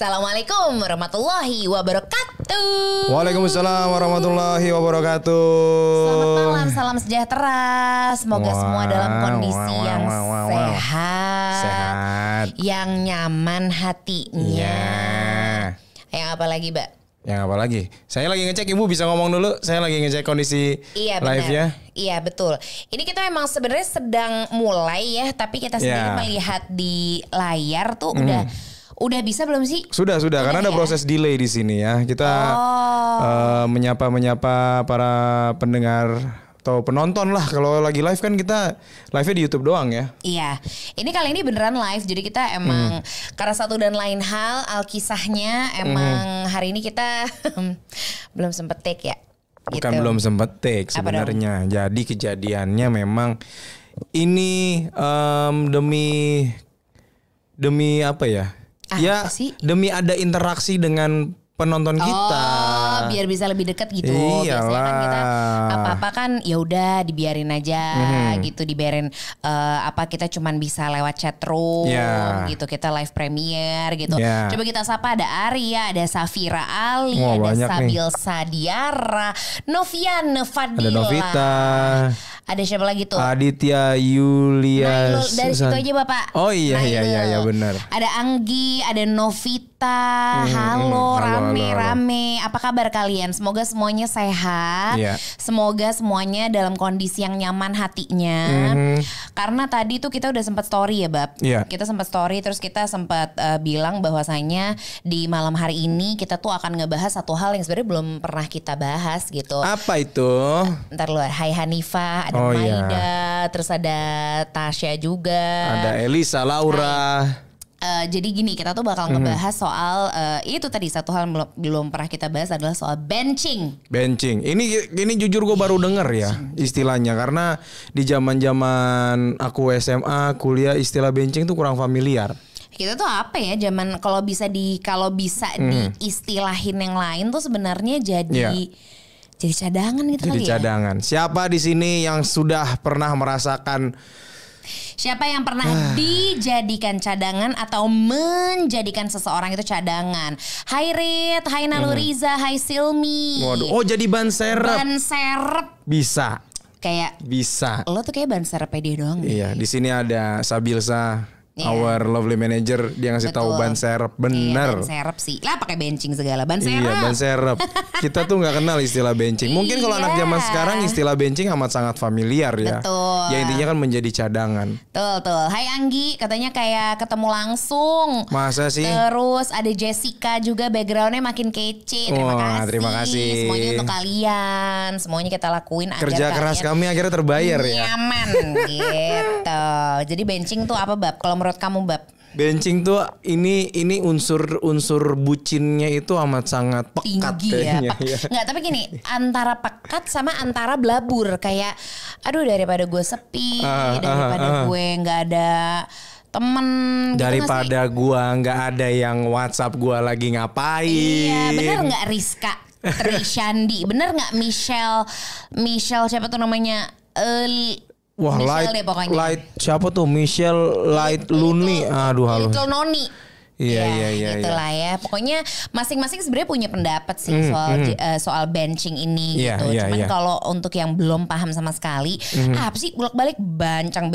Assalamualaikum warahmatullahi wabarakatuh. Waalaikumsalam warahmatullahi wabarakatuh. Selamat malam, salam sejahtera. Semoga semua dalam kondisi yang sehat, yang nyaman hatinya. Yang apa lagi, Mbak? Yang apa lagi? Saya lagi ngecek, Ibu bisa ngomong dulu. Saya lagi ngecek kondisi live-nya. Iya betul. Ini kita memang sebenarnya sedang mulai ya, tapi kita sendiri melihat di layar tuh udah bisa belum sih? Sudah karena ada proses delay di sini ya. Kita menyapa para pendengar atau penonton lah. Kalau lagi live kan kita live-nya di YouTube doang ya. Iya. Ini kali ini beneran live. Jadi kita emang karena satu dan lain hal alkisahnya emang hari ini kita belum sempet take ya. Bukan gitu. belum sempet take sebenarnya. Jadi kejadiannya memang ini demi apa ya? Demi ada interaksi dengan penonton kita. Biar bisa lebih dekat gitu. Iyalah. Biasanya kan kita apa-apa kan ya udah dibiarin aja gitu, dibiarin kita cuman bisa lewat chat room gitu, kita live premiere gitu. Coba kita sapa, ada Arya, ada Safira Ali, ada Sabil Sadiara, Novian Fadila. Ada Novita. Ada siapa lagi tuh? Aditya Yulias. Dari situ aja Bapak. Oh iya benar. Ada Anggi, ada Novita. Halo. Rame. Apa kabar kalian? Semoga semuanya sehat. Semoga semuanya dalam kondisi yang nyaman hatinya. Karena tadi tuh kita udah sempat story ya, Bab. Kita sempat story, terus kita sempat bilang bahwasanya di malam hari ini kita tuh akan ngebahas satu hal yang sebenarnya belum pernah kita bahas gitu. Apa itu? Ntar lu, Hai Hanifah, ada Maida, terus ada Tasya juga. Ada Elisa, Laura. Jadi gini, kita tuh bakal ngebahas soal itu tadi satu hal belum pernah kita bahas adalah soal benching. Ini jujur gue baru denger ya istilahnya, karena di zaman aku SMA kuliah istilah benching tuh kurang familiar. Kita tuh apa ya zaman kalau bisa diistilahin yang lain tuh sebenarnya jadi cadangan gitu kali ya. Jadi cadangan. Siapa di sini yang sudah pernah merasakan? Siapa yang pernah dijadikan cadangan atau menjadikan seseorang itu cadangan? Hai Rit, hai Naluriza, hai Silmi. Waduh, jadi ban serep. Ban serep. Bisa. Kayak bisa. Lo tuh kayak ban serepnya dia doang. Iya, di sini ada Sabilsa. Our lovely manager, dia ngasih tahu ban serep. Bener. Ban serep sih. Lah pakai benching segala, ban serep. Iya, ban serep. Kita tuh nggak kenal istilah benching. Mungkin kalau anak zaman sekarang istilah benching amat sangat familiar ya. Betul. Ya intinya kan menjadi cadangan. Betul. Hai Anggi, katanya kayak ketemu langsung. Masa sih? Terus ada Jessica juga, backgroundnya makin kece. Terima kasih. Semuanya untuk kalian. Semuanya kita lakuin agar kerja keras kami akhirnya terbayar ya. Nyaman gitu. Jadi benching tuh apa, Bab? Kalau menurut kamu, Bab? Benching tuh ini unsur bucinnya itu amat sangat pekat tinggi kayaknya. Nggak, tapi gini, antara pekat sama antara blabur. Kayak aduh daripada gue sepi, daripada gue nggak ada temen, daripada gitu gue nggak ada yang WhatsApp gue lagi ngapain. Iya, bener nggak Rizka Trishandi? Bener nggak Michelle siapa tuh namanya? Wah, Light siapa tuh? Michelle Light Luni. Aduh, halo. Little Noni. Iya. Itulah ya. Pokoknya masing-masing sebenarnya punya pendapat sih soal benching ini gitu. Cuman kalau untuk yang belum paham sama sekali, apa sih bolak-balik benching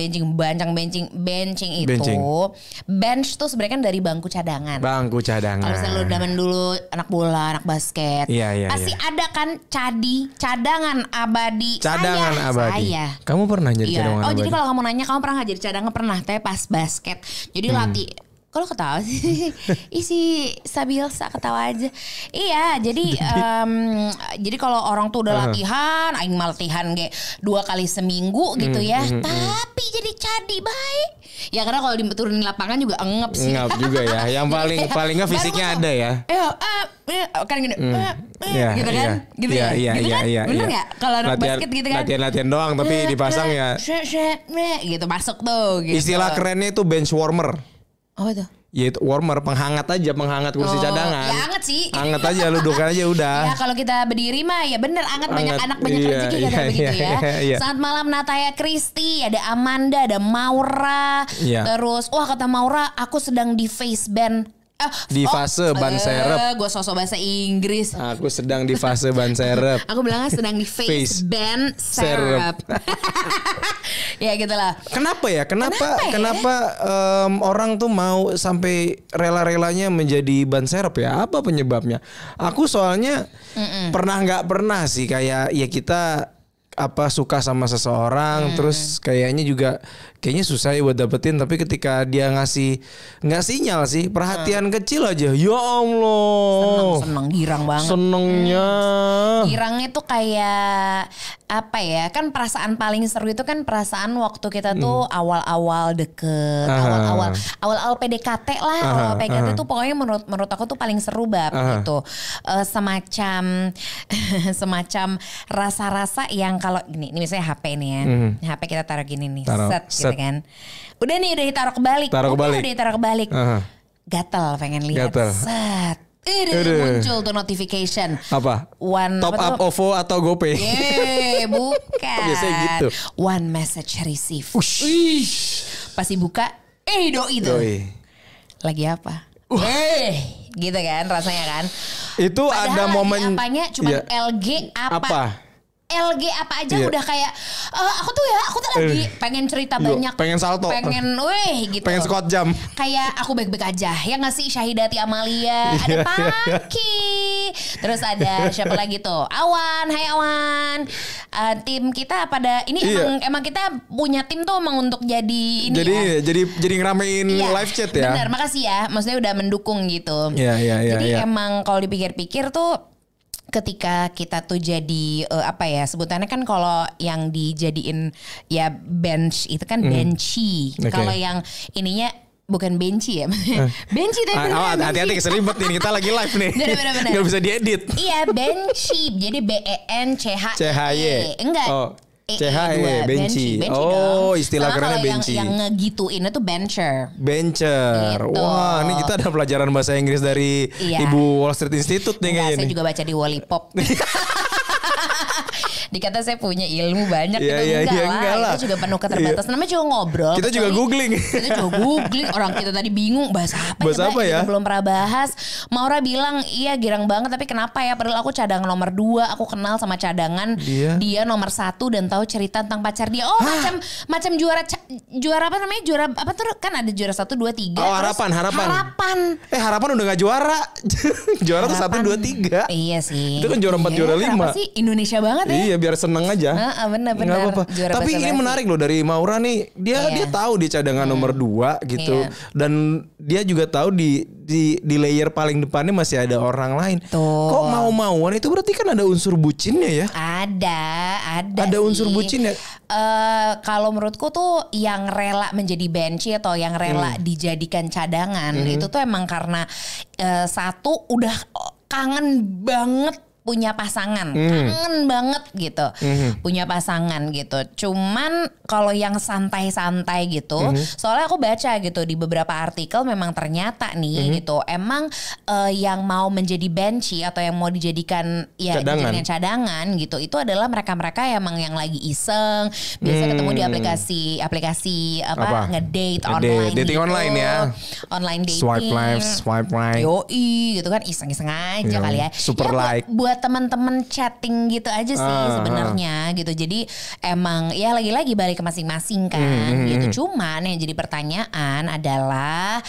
itu. Bench tuh sebenarnya kan dari bangku cadangan. Kalau misalnya lu zaman dulu anak bola, anak basket, pasti ada kan cadangan abadi. Saya. Kamu pernah jadi cadangan abadi? Jadi kalau kamu nanya kamu pernah nggak jadi cadangan? Pernah, tapi pas basket. Jadi latih. Kalau ketawa sih, isi Sabilsa ketawa aja. Iya, jadi kalau orang tuh udah latihan, aing mah latihan kayak 2 kali seminggu gitu ya. Tapi jadi cadi baik. Ya karena kalau diturunin lapangan juga engep sih. Engep juga ya. Yang paling nggak fisiknya ada ya. Kan gini. Gitu kan? Gitu ya. Iya. Bener nggak? Kalau anak basket gitu kan? Latihan doang tapi dipasang ya. Gitu masuk tuh. Gitu. Istilah kerennya itu bench warmer. Apa tuh? Ya itu warmer, penghangat kursi cadangan. Ya anget sih. Anget aja, lu duduk aja udah. Ya kalau kita berdiri mah ya bener anget. Banyak anak banyak rezeki kata begitu ya. Selamat malam Nataya Kristi, ada Amanda, ada Maura. Terus kata Maura, aku sedang di face band Di fase ban serep. Gue sosok bahasa Inggris. Aku sedang di fase ban serep. Aku bilangnya sedang di face ban serep. Ya gitulah. Kenapa ya? Kenapa orang tuh mau sampai rela-relanya menjadi ban serep ya? Apa penyebabnya? Aku soalnya nggak pernah sih kayak ya kita suka sama seseorang terus kayaknya susah ya buat dapetin, tapi ketika dia nggak sinyal sih perhatian kecil aja, ya Allah seneng girang banget senengnya. Girangnya tuh kayak apa ya, kan perasaan paling seru itu kan perasaan waktu kita tuh awal-awal deket, awal-awal PDKT lah, awal PDKT tuh pokoknya menurut aku tuh paling seru gitu. Semacam rasa-rasa yang kalau ini misalnya HP nih ya, HP kita taruh gini nih, set gitu kan, udah ditaruh kebalik, udah ditaruh kebalik, gatel pengen lihat, set. Muncul tuh notification. Apa? Top up OVO atau GoPay? Bukan. Biasanya gitu. One message received. Pasti buka. Doi tuh. Lagi apa? Gitu kan rasanya kan. Itu padahal ada momen. Apanya cuma LG apa? LG apa aja udah kayak aku tuh lagi pengen cerita banyak, pengen salto, pengen gitu, pengen squat jam, kayak aku baik-baik aja ya nggak sih, Syahidati Amalia, ada Paki, terus ada siapa lagi tuh, Awan, hai Awan, tim kita pada ini emang kita punya tim tuh emang untuk jadi ini jadi ngeramein live chat ya. Benar, makasih ya, maksudnya udah mendukung gitu. Jadi emang kalau dipikir-pikir tuh ketika kita tuh jadi sebutannya kan kalau yang dijadiin ya bench itu kan benchy. Kalau yang ininya bukan benchy ya. Benchy tapi hati-hati keselibet nih, kita lagi live nih. Bener. Gak bisa diedit. Iya, benchy. Jadi BENCHY. Enggak. CHY, benchy. Oh, istilah kerennya benchy. Yang ngegituin itu bencher. Gitu. Wah, ini kita ada pelajaran bahasa Inggris dari Ibu Wall Street Institute nih kayaknya. Saya juga baca di Wallipop. Dikata saya punya ilmu banyak gitu, enggak lah. Itu juga penuh keterbatasan. Namanya juga ngobrol. Kita juga googling. Orang kita tadi bingung bahasa apa ya? Kita belum pernah bahas. Maura bilang iya girang banget, tapi kenapa ya? Padahal aku cadangan nomor 2. Aku kenal sama cadangan dia nomor 1 dan tahu cerita tentang pacar dia. Oh macam juara apa namanya? Juara apa tuh kan ada juara 1, 2, 3. Oh harapan. Harapan udah gak juara. Juara tuh 1, 2, 3. Iya sih. Itu kan juara 4, juara 5. Kenapa sih Indonesia banget ya? Iya biar seneng aja. Bener. Gak apa-apa. Tapi ini menarik loh dari Maura nih. Dia tahu di cadangan nomor 2 gitu. Dan dia juga tahu di layer paling depannya masih ada orang lain. Kok mau-mauan itu berarti kan ada unsur bucinnya ya? Ada unsur bucinnya. Kalau menurutku tuh yang rela menjadi benchy atau yang rela dijadikan cadangan itu tuh emang karena satu udah kangen banget punya pasangan, kangen banget gitu, punya pasangan gitu. Cuman kalau yang santai-santai gitu, soalnya aku baca gitu di beberapa artikel memang ternyata nih gitu, emang yang mau menjadi benchy atau yang mau dijadikan cadangan gitu, itu adalah mereka-mereka emang yang lagi iseng, biasa ketemu di aplikasi ngedate online, dating gitu. online ya, online dating, swipe right, yoi gitu kan, iseng-iseng aja kali ya, super like buat teman-teman chatting gitu aja sih sebenarnya gitu. Jadi emang ya lagi-lagi balik ke masing-masing kan gitu. Cuman yang jadi pertanyaan adalah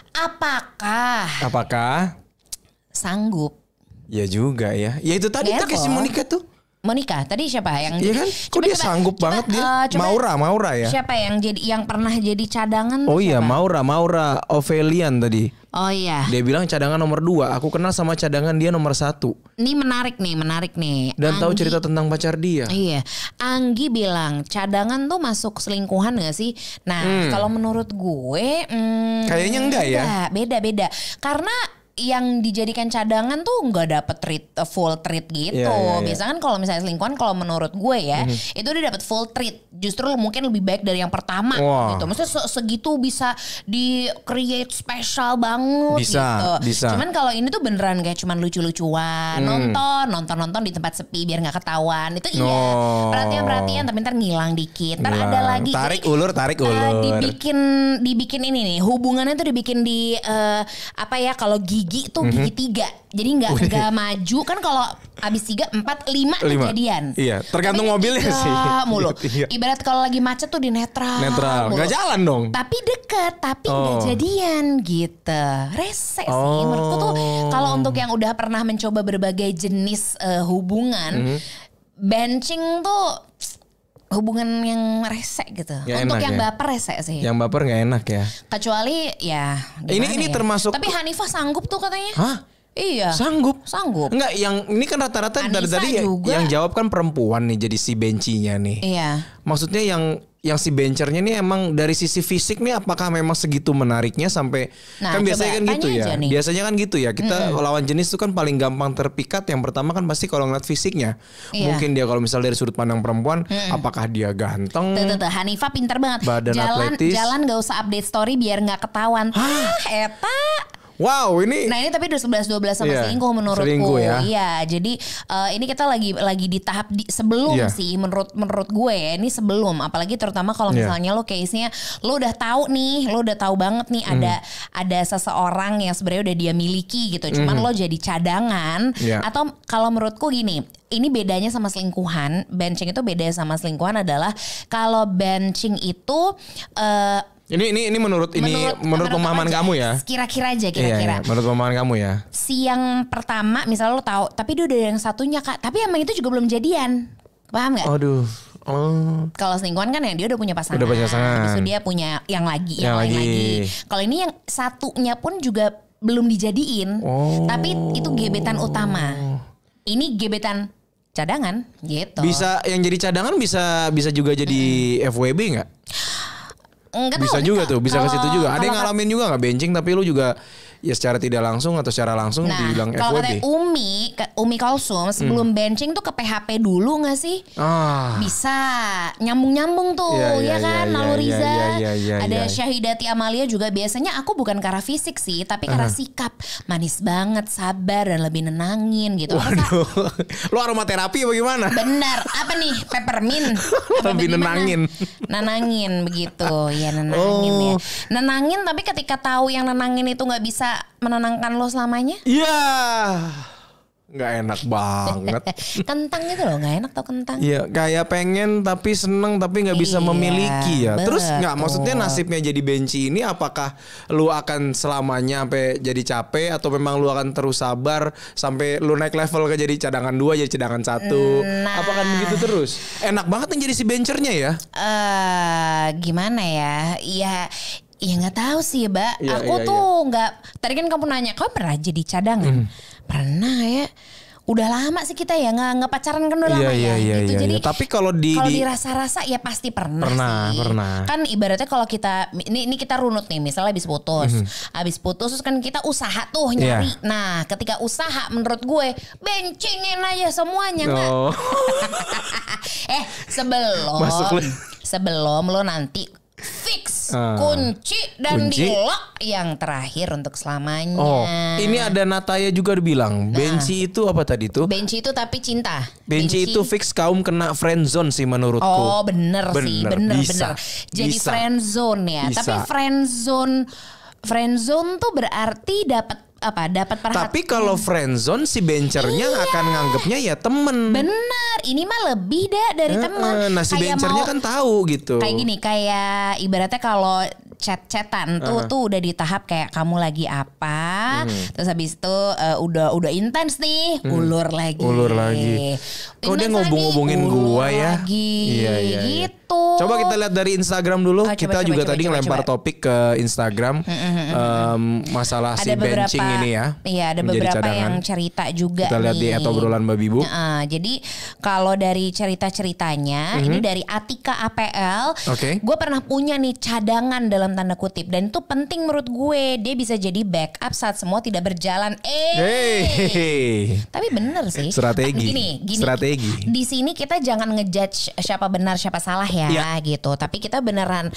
apakah sanggup? Ya juga ya. Ya itu tadi tuh si Monica tadi siapa yang iya kan? Kok dia sanggup banget dia? Maura ya. Siapa yang pernah jadi cadangan? Oh iya, siapa? Maura Ovelian tadi. Oh iya. Dia bilang cadangan nomor 2. Aku kenal sama cadangan dia nomor 1. Ini menarik nih. Dan tahu cerita tentang pacar dia. Iya. Anggi bilang cadangan tuh masuk selingkuhan gak sih? Nah kalau menurut gue kayaknya enggak ya. Beda. Karena yang dijadikan cadangan tuh nggak dapet full treat gitu. Yeah. Biasanya kan kalau misalnya selingkuhan, kalau menurut gue ya itu udah dapet full treat. justru mungkin lebih baik dari yang pertama gitu. Maksudnya segitu bisa di create spesial banget gitu. Bisa. Cuman kalau ini tuh beneran kayak cuman lucu-lucuan, nonton di tempat sepi biar nggak ketahuan. Itu perhatian tapi ntar ngilang dikit. Ntar ada lagi. Tarik ulur. Dibikin ini nih, hubungannya tuh dibikin di kalau gigi tuh gigi 3. Jadi nggak maju kan, kalau abis 3, 4, 5 kejadian. Iya, tergantung mobilnya sih. Mulu. Ibarat kalau lagi macet tuh di netral. Nggak jalan dong. Tapi deket, tapi nggak jadian gitu. Rese sih menurutku tuh. Kalau untuk yang udah pernah mencoba berbagai jenis hubungan, benching tuh hubungan yang rese gitu. Untuk yang baper rese sih. Yang baper nggak enak ya. Kecuali ya. Ini termasuk. Tapi Hanifah sanggup tuh katanya. Hah? Iya. Sanggup. Enggak, yang ini kan rata-rata dari tadi yang jawab kan perempuan nih, jadi si bencinya nih. Iya. Maksudnya yang si benchernya nih emang dari sisi fisik nih apakah memang segitu menariknya sampai kan biasanya kan gitu ya. Biasanya kan gitu ya. Kita lawan jenis itu kan paling gampang terpikat. Yang pertama kan pasti kalau ngeliat fisiknya. Iya. Mungkin dia kalau misalnya dari sudut pandang perempuan, apakah dia ganteng? Tuh. Hanifah pinter banget. Badan atletis. Jalan gak usah update story biar gak ketahuan. Eta. Wow, ini. Nah, ini tapi udah 11-12 sama selingkuh menurutku. Selingkuh ya. Iya, jadi ini kita lagi di tahap sebelum sih menurut gue ya. Ini sebelum, apalagi terutama kalau misalnya lo case-nya lo udah tahu banget nih ada seseorang yang sebenarnya udah dia miliki gitu. Cuman lo jadi cadangan atau kalau menurutku gini, ini bedanya sama selingkuhan. Benching itu beda sama selingkuhan adalah kalau benching itu Ini menurut pemahaman kamu ya. Kira-kira aja. Iya, menurut pemahaman kamu ya. Si yang pertama misalnya lo tahu, tapi dia udah yang satunya Kak, tapi emang itu juga belum jadian. Paham gak? Aduh. Kalau selingkuhan kan yang dia udah punya pasangan. Habis itu dia punya yang lagi. Kalau ini yang satunya pun juga belum dijadiin. Tapi itu gebetan utama. Ini gebetan cadangan gitu. Bisa yang jadi cadangan bisa juga jadi FWB enggak? Bisa juga tuh, bisa ke situ juga. Ada yang ngalamin juga nggak benching tapi lu juga ya secara tidak langsung atau secara langsung dibilang FWB. Kalau kata Umi Kalsum sebelum benching tuh ke PHP dulu nggak sih? Bisa nyambung tuh, ya kan? Naluriza. Ada Syahidati Amalia juga. Biasanya aku bukan karena fisik sih, tapi karena sikap manis banget, sabar dan lebih nenangin gitu. Waduh, lu aromaterapi apa gimana? Bener, apa nih peppermint? Lebih nenangin begitu ya, nenangin ya. Nenangin tapi ketika tahu yang nenangin itu nggak bisa menenangkan lo selamanya? Iya. Nggak enak banget. Kentang gitu loh, nggak enak tau kentang. Iya, kayak pengen tapi seneng tapi nggak bisa memiliki ya. Terus nggak, maksudnya nasibnya jadi benci ini apakah lu akan selamanya sampai jadi capek atau memang lu akan terus sabar sampai lu naik level ke jadi cadangan 2 jadi cadangan 1? Apakah begitu terus? Enak banget yang jadi si benchernya ya? Gimana ya? Iya nggak tahu sih, Mbak. Aku tuh nggak. Tadi kan kamu nanya, kamu pernah jadi cadangan? Pernah ya. Udah lama sih kita ya nggak pacaran kan udah lama gitu. Jadi tapi kalau dirasa-rasa ya pasti pernah sih. Pernah. Kan ibaratnya kalau kita ini kita runut nih, misalnya habis putus. Habis putus terus kan kita usaha tuh nyari. Nah, ketika usaha menurut gue bencingin aja semuanya enggak. Sebelum lo nanti fix kunci dan di lock yang terakhir untuk selamanya. Ini ada Nataya juga bilang benci itu apa tadi tuh? Benci itu tapi cinta. Benci itu fix kaum kena friendzone sih menurutku. Bener. Jadi friendzone ya. Bisa. Tapi friendzone tuh berarti dapat perhatian. Tapi kalau friendzone si benchernya akan nganggapnya ya temen. Bener, ini mah lebih dari temen. Nah si benchernya kan tahu gitu. Kayak gini, kayak ibaratnya kalau chat-chatan tuh udah di tahap kayak kamu lagi apa, terus habis itu udah intens nih, ulur lagi. Kok dia ngobong-ngobongin gua ya? Iya. Gitu. Coba kita lihat dari Instagram dulu. Kita juga tadi ngelempar topik ke Instagram masalah si benching ini ya. Iya, ada beberapa yang cerita juga. Kita lihat di @obrolan Babibu. Jadi kalau dari cerita-ceritanya, ini dari Atika APL. Gue pernah punya nih cadangan dalam tanda kutip, dan itu penting menurut gue. Dia bisa jadi backup saat semua tidak berjalan. Tapi bener sih. Strategi. Gini. Di sini kita jangan ngejudge siapa benar siapa salah ya gitu. Tapi kita beneran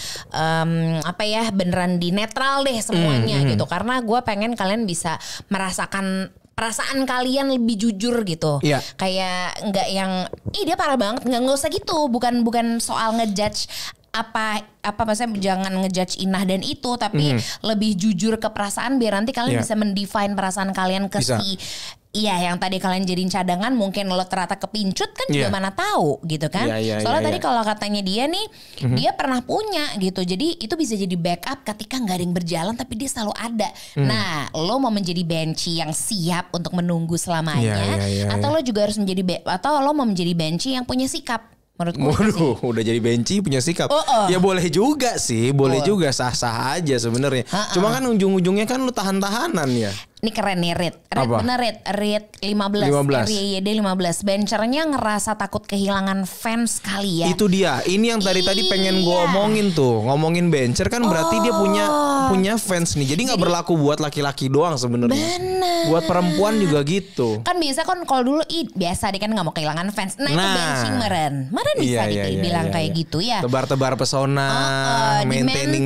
beneran di netral deh semuanya gitu. Karena gue pengen kalian bisa merasakan perasaan kalian lebih jujur gitu. Kayak nggak yang dia parah banget, nggak usah gitu. Bukan soal ngejudge apa maksudnya jangan ngejudge Inah dan itu, tapi lebih jujur ke perasaan biar nanti kalian bisa mendefine perasaan kalian ke si yang tadi kalian jadiin cadangan, mungkin lo ternyata kepincut kan juga mana tahu gitu kan. Soalnya tadi kalau katanya dia nih dia pernah punya gitu, jadi itu bisa jadi backup ketika nggak ada yang berjalan tapi dia selalu ada. Nah lo mau menjadi benci yang siap untuk menunggu selamanya, atau lo juga harus menjadi atau lo mau menjadi benci yang punya sikap. Waduh, udah jadi benci punya sikap. Ya boleh juga sih, boleh juga, sah-sah aja sebenarnya. Cuma kan ujung-ujungnya kan lu tahan-tahanan ya. Ini keren nih Rit bener Rit 15 RYYD 15. Benchernya ngerasa takut kehilangan fans kali ya. Itu dia. Ini yang tadi pengen gue omongin tuh. Ngomongin bencher kan berarti dia punya fans nih. Jadi gak berlaku buat laki-laki doang sebenarnya. Buat perempuan juga gitu. Kan biasa kan kalau dulu biasa dia kan gak mau kehilangan fans. Nah itu benching meren bisa dibilang kayak gitu ya. Tebar-tebar pesona, maintaining.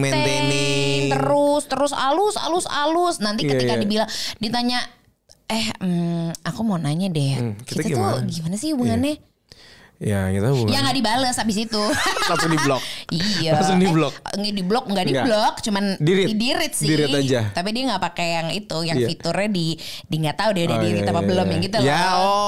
Terus alus. Nanti ketika ditanya aku mau nanya deh, kita tuh gimana sih hubungannya? Ya kita hubungan. Ya nggak dibales habis itu. Langsung di blok. Iya. Langsung di blok. Nggak di blok, cuman di-read sih. Di-read aja. Tapi dia nggak pakai yang itu, yang fiturnya di nggak tahu dia udah di-read apa belum yang gitu loh. Ya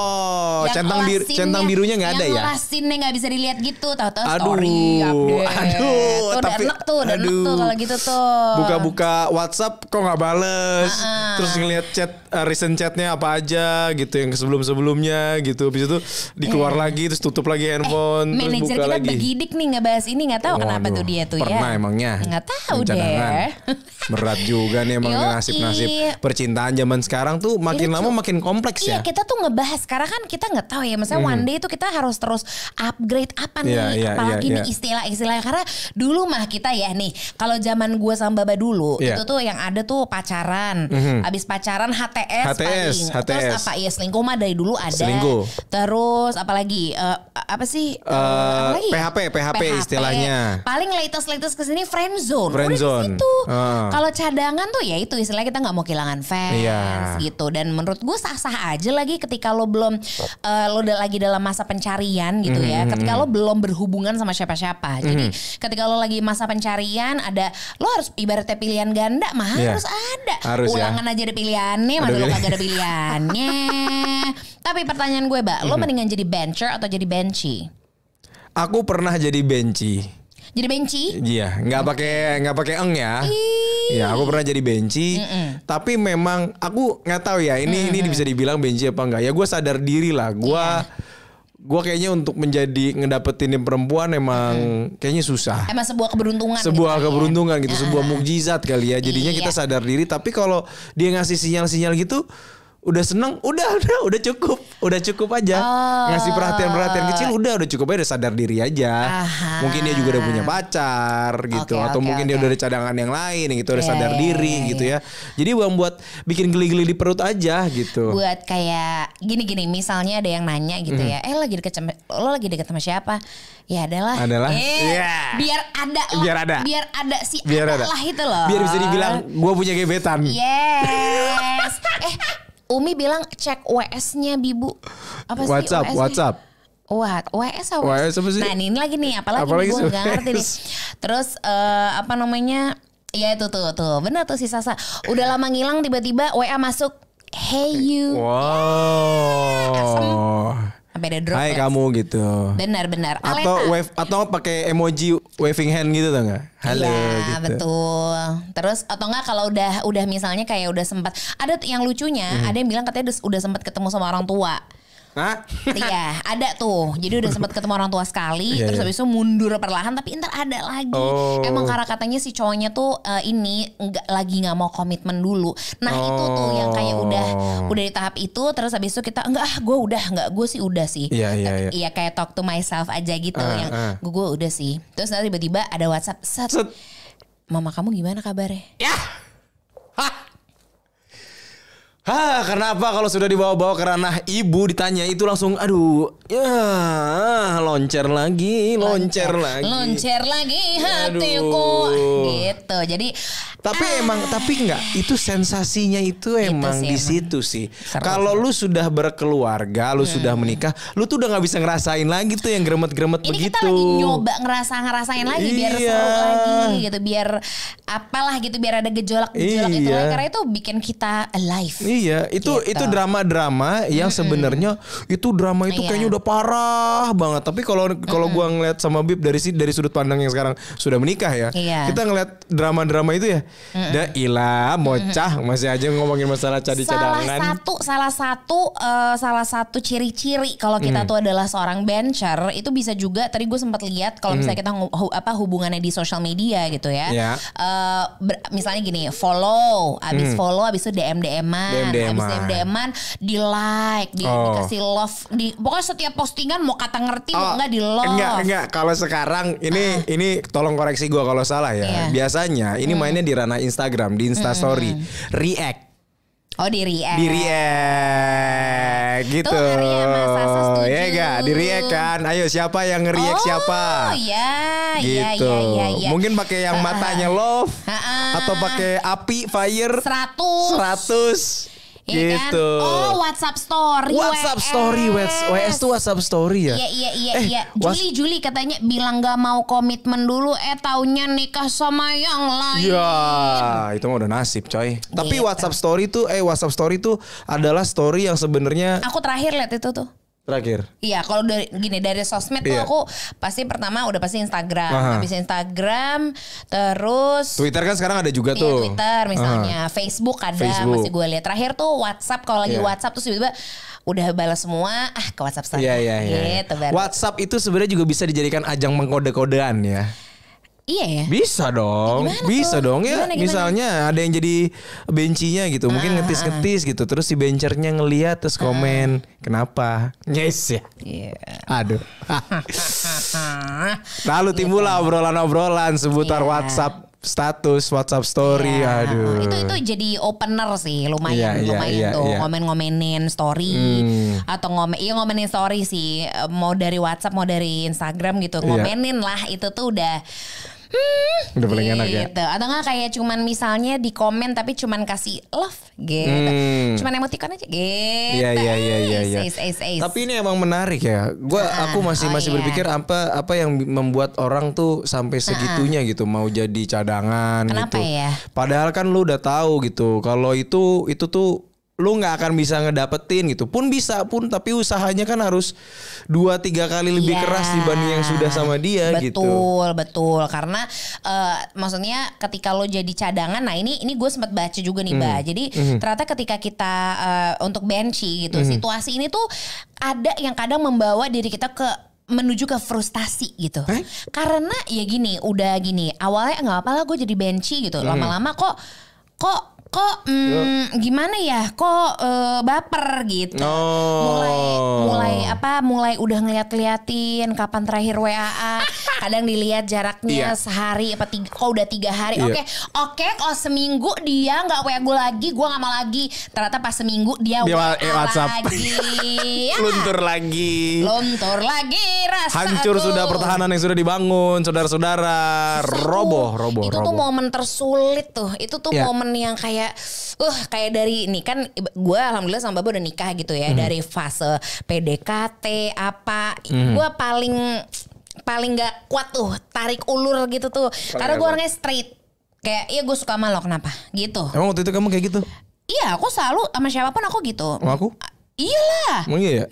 centang birunya nggak ada ya. Yang lasinnya nggak bisa dilihat gitu, tahu-tahu story update. Aduh. Udah enak tuh kalau gitu tuh. Buka WhatsApp kok nggak bales. Terus ngeliat recent chatnya apa aja gitu yang sebelumnya gitu. Habis itu dikeluar lagi terus tutup lagi handphone, terus manajer buka kita lagi. Begidik nih ngebahas ini, nggak tahu kenapa tuh dia tuh pernah emangnya. Nggak tahu deh. Berat juga nih emang nasib percintaan zaman sekarang tuh makin lama makin kompleks ya. Iya kita tuh ngebahas sekarang kan kita nggak tahu ya, misalnya one day itu kita harus terus upgrade apa nih, apalagi nih istilah-istilah, karena dulu mah kita ya nih kalau zaman gue sama Baba dulu itu tuh yang ada tuh pacaran, abis pacaran HTS paling, terus apa ya selingkuh mah dari dulu ada, terus apalagi apa sih PHP istilahnya. Paling latest kesini friendzone. Itu kalau cadangan tuh ya itu istilahnya kita nggak mau kehilangan fans gitu. Dan menurut gue sah-sah aja lagi ketika lo belum lo lagi dalam masa pencarian gitu ya. Ketika lo belum berhubungan sama siapa-siapa. Jadi ketika lo lagi masa pencarian lo harus ibaratnya pilihan ganda mah harus ada. Ulangan aja ada pilihannya, masa lo kagak ada pilihannya. Tapi pertanyaan gue, Mbak, lo mendingan jadi bencher atau jadi benci? Aku pernah jadi benci. Jadi benci? Iya, nggak pakai eng ya. Ya, aku pernah jadi benci. Tapi memang aku nggak tahu ya. Ini bisa dibilang benci apa enggak? Ya gue sadar diri lah. Gue kayaknya untuk ngedapetin perempuan emang kayaknya susah. Emang sebuah keberuntungan. Keberuntungan gitu, sebuah mukjizat kali ya. Jadinya kita sadar diri. Tapi kalau dia ngasih sinyal-sinyal gitu, udah seneng, udah cukup aja. Ngasih perhatian kecil udah cukup aja, udah sadar diri aja. Mungkin dia juga udah punya pacar gitu, atau mungkin dia udah ada cadangan yang lain gitu, udah sadar diri gitu ya. Jadi buat bikin geli-geli di perut aja gitu. Buat kayak gini misalnya ada yang nanya gitu ya, lo lagi deket sama siapa? Ya adalah. Biar ada si lah itu loh. Biar bisa dibilang gue punya gebetan. Yes. Umi bilang cek WS-nya Bibu. Apa sih WhatsApp. WS apa sih? Nah ini lagi nih, apalagi gue gak ngerti nih. Terus apa namanya? Ya itu tuh benar tuh si Sasa. Udah lama ngilang tiba-tiba WA masuk. Hey you. Wow. Sampai ada drop. Hai kamu gitu. Benar. Atau pakai emoji waving hand gitu tuh nggak? Halo. Iya gitu. betul. Terus atau enggak kalau udah misalnya kayak udah sempat, ada yang lucunya, ada yang bilang katanya udah sempat ketemu sama orang tua. Hah? Iya ada tuh. Jadi udah sempat ketemu orang tua sekali, terus habis itu mundur perlahan, tapi ntar ada lagi. Emang karena katanya si cowoknya tuh lagi nggak mau komitmen dulu. Nah itu tuh yang kayak udah di tahap itu, terus habis itu kita gue sih udah sih. Iya kayak talk to myself aja gitu, yang gue udah sih. Terus nanti tiba-tiba ada WhatsApp, set. Mama kamu gimana kabarnya? Ya. Kenapa kalau sudah dibawa-bawa ke ranah ibu ditanya itu langsung aduh ya loncer lagi hatiku gitu. Jadi tapi enggak itu sensasinya itu emang di situ sih. Kalau lu sudah berkeluarga, lu sudah menikah, lu tuh udah nggak bisa ngerasain lagi tuh yang gremet-gremet begitu. Ini kita lagi nyoba ngerasain lagi biar seru lagi gitu, biar apalah gitu, biar ada gejolak itu karena itu bikin kita alive. Iya, itu drama-drama yang sebenarnya itu drama itu kayaknya udah parah banget. Tapi kalau gua ngeliat sama Bib dari sudut pandang yang sekarang sudah menikah ya, kita ngeliat drama-drama itu ya, dah ilah bocah masih aja ngomongin masalah cadangan. Salah satu ciri-ciri kalau kita tuh adalah seorang bencher itu bisa juga tadi gue sempat lihat kalau misalnya kita hubungannya di sosial media gitu ya. Misalnya gini, abis follow abis itu DM-an, di like, dikasih love, pokoknya setiap postingan mau kata ngerti mau enggak di love. Enggak. Kalau sekarang ini tolong koreksi gue kalau salah ya. Biasanya ini mainnya di ranah Instagram, di Instastory, react. Oh di react. Gitu. Tuh Arya sama Sasa setuju. Iya enggak? Di react kan. Ayo siapa yang nge-react siapa? Oh iya. Gitu. Iya. Mungkin pakai yang matanya love atau pakai api fire 100. Ya gitu. Kan? Oh WhatsApp Story. WS tuh WhatsApp Story ya. Iya. Juli katanya bilang gak mau komitmen dulu, taunya nikah sama yang lain. Ya itu mah udah nasib coy. Tapi WhatsApp Story tuh adalah story yang sebenarnya. Aku terakhir lihat itu tuh. Terakhir. Iya, kalau dari sosmed tuh aku pasti pertama udah pasti Instagram, habis Instagram, terus Twitter kan sekarang ada juga tuh. Twitter misalnya, Facebook ada masih gue lihat. Terakhir tuh WhatsApp, kalau lagi WhatsApp tuh tiba-tiba udah balas semua ke WhatsApp story. Iya. Gitu, WhatsApp itu sebenarnya juga bisa dijadikan ajang mengkode-kodean ya. Iya ya. Bisa dong. Ya. Gimana? Misalnya ada yang jadi bencinya gitu, mungkin ngetis gitu, terus si benchernya ngeliat terus komen, kenapa? Yes ya. Aduh. Lalu timbullah obrolan-obrolan seputar WhatsApp status, WhatsApp story. Aduh. Itu jadi opener sih, lumayan tuh. Ngomen-ngomenin story atau ngomenin story sih, mau dari WhatsApp mau dari Instagram gitu. Ngomenin lah, itu tuh udah paling enak ya. Atau nggak kayak cuman misalnya di komen tapi cuman kasih love gitu, cuman emoticon aja gitu. Iya. Tapi ini emang menarik ya. Aku masih berpikir apa yang membuat orang tuh sampai segitunya gitu mau jadi cadangan. Kenapa gitu. Ya? Padahal kan lu udah tahu gitu kalau itu tuh lu nggak akan bisa ngedapetin gitu. Tapi usahanya kan harus 2-3 kali lebih keras dibanding yang sudah sama dia. Betul. Karena maksudnya ketika lo jadi cadangan, nah ini gue sempat baca juga nih, Mbak. Jadi ternyata ketika kita untuk benchy gitu, situasi ini tuh ada yang kadang membawa diri kita menuju ke frustasi gitu. Karena ya udah gini, awalnya nggak apa-apa gue jadi benchy gitu. Lama-lama kok gimana ya, kok baper gitu. Mulai udah ngeliat-liatin kapan terakhir WA, kadang dilihat jaraknya sehari apa kok udah 3 hari. Oke, kalau seminggu dia nggak WA gue lagi, gue nggak mau lagi. Ternyata pas seminggu dia WA WhatsApp lagi. Luntur lagi rasa aku. Hancur sudah pertahanan yang sudah dibangun, saudara-saudara. Roboh. Itu tuh momen tersulit tuh. Itu tuh momen yang kayak dari ini kan gue alhamdulillah sama Baba udah nikah gitu ya. Dari fase PDKT gue paling gak kuat tuh tarik ulur gitu tuh. Karena gue orangnya straight, kayak gue suka sama lo, kenapa gitu. Emang waktu itu kamu kayak gitu? Iya, aku selalu sama siapapun aku gitu. Aku? Iyalah. Emang iya?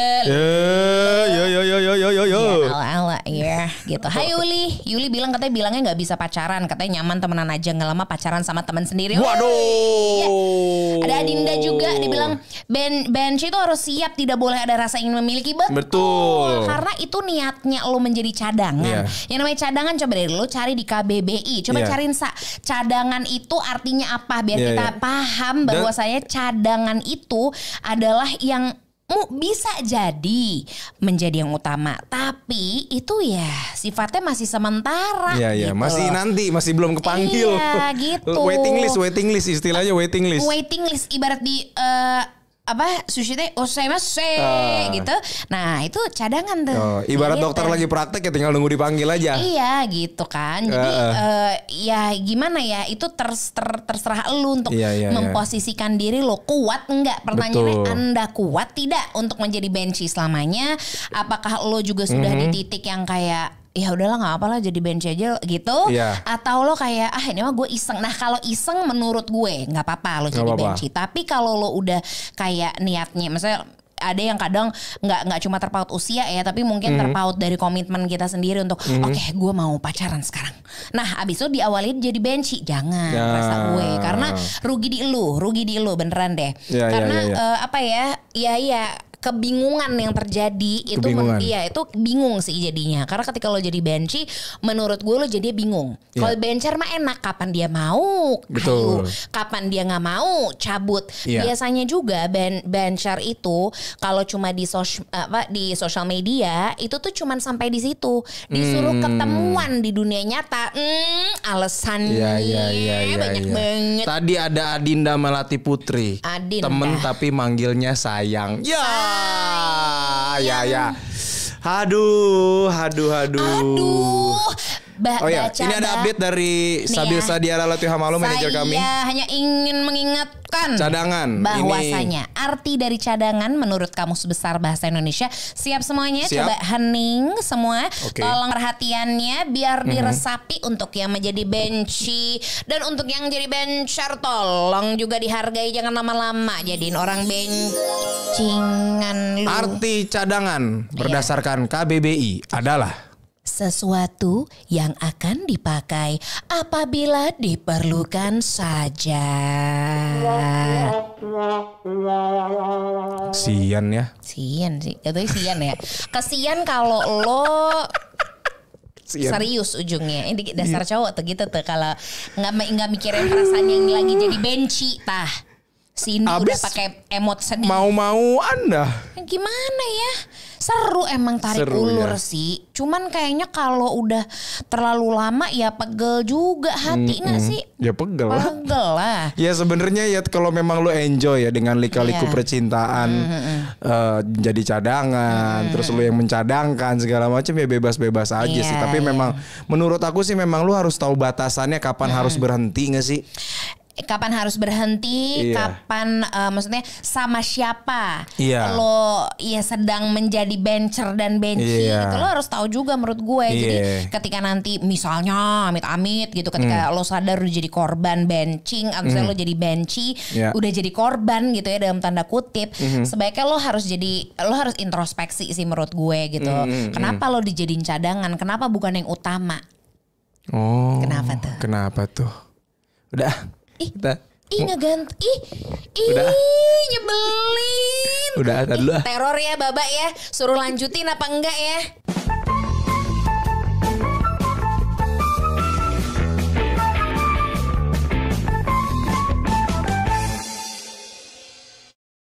Iya gitu. Hai Yuli bilangnya nggak bisa pacaran, katanya nyaman temenan aja, nggak lama pacaran sama teman sendiri. Waduh. Ada Adinda juga, dia bilang benchy itu harus siap, tidak boleh ada rasa ingin memiliki. Betul. Karena itu niatnya lo menjadi cadangan. Yang namanya cadangan coba deh lo cari di KBBI, coba cariin cadangan itu artinya apa biar kita paham bahwa saya cadangan itu adalah yang bisa jadi menjadi yang utama, tapi itu ya sifatnya masih sementara. Iya, gitu. Masih belum kepanggil. Iya, gitu. Waiting list istilahnya waiting list. Waiting list ibarat di sushi teh osaimase gitu. Nah, itu cadangan tuh. Ibarat gitu. dokter lagi praktek ya tinggal nunggu dipanggil aja. Iya, gitu kan. Jadi ya gimana ya, itu terserah lu untuk memposisikan diri lo kuat enggak. Pertanyaannya, Anda kuat tidak untuk menjadi benchy selamanya? Apakah lo juga sudah di titik yang kayak ya udahlah nggak apalah jadi bench aja gitu, atau lo kayak ini mah gue iseng. Nah kalau iseng menurut gue nggak apa-apa lo jadi benchy, tapi kalau lo udah kayak niatnya, misalnya ada yang kadang nggak cuma terpaut usia ya, tapi mungkin terpaut dari komitmen kita sendiri untuk oke, gue mau pacaran sekarang. Nah abis itu diawali jadi benchy, jangan rasa gue, karena rugi di lu beneran deh. Karena apa ya kebingungan yang terjadi itu itu bingung sih jadinya. Karena ketika lo jadi benchy, menurut gue lo jadi bingung. Kalau bencher mah enak, kapan dia mau hayu, kapan dia nggak mau cabut. Biasanya juga bencher itu kalau cuma di sosial media itu tuh cuman sampai di situ. Disuruh ketemuan di dunia nyata, alasannya banyak banget. Tadi ada Adinda Melati Putri, temen tapi manggilnya sayang. Ya. Aduh. Ini ada update dari Sabil Sadiara Latiha Malu, manajer kami. Saya hanya ingin mengingatkan cadangan bahwasanya arti dari cadangan menurut Kamus Besar Bahasa Indonesia. Siap semuanya? Siap. Coba hening semua. Tolong perhatiannya biar diresapi untuk yang menjadi benchy, dan untuk yang jadi bencher tolong juga dihargai, jangan lama-lama jadiin orang bencingan lu. Arti cadangan berdasarkan KBBI adalah sesuatu yang akan dipakai apabila diperlukan saja. Sian sih, katanya sian ya. Kesian kalau lo serius ujungnya. Ini dasar cowok tuh gitu tuh, kalau nggak mikirin perasaan yang lagi jadi benchy tah. Sini udah pakai emot sedih. Mau Anda. Gimana ya? Seru emang tarik ulur sih. Cuman kayaknya kalau udah terlalu lama ya pegel juga hati gak sih? Ya pegel lah. Ya sebenarnya ya kalau memang lu enjoy ya dengan lika-liku percintaan, jadi cadangan, terus lu yang mencadangkan segala macam, ya bebas-bebas aja sih. Tapi memang menurut aku sih memang lu harus tahu batasannya, kapan harus berhenti gak sih? Kapan harus berhenti, kapan maksudnya sama siapa lo sedang menjadi bencher dan benchy, itu lo harus tahu juga menurut gue. Jadi ketika nanti misalnya amit-amit gitu, ketika lo sadar lo jadi korban benching atau lo jadi benchy, udah jadi korban gitu ya dalam tanda kutip, sebaiknya lo harus introspeksi sih menurut gue gitu. Kenapa lo dijadiin cadangan? Kenapa bukan yang utama? Kenapa tuh? Udah. Ngeganti. Nyebelin. Udah dulu. Teror ya babak ya. Suruh lanjutin apa enggak ya?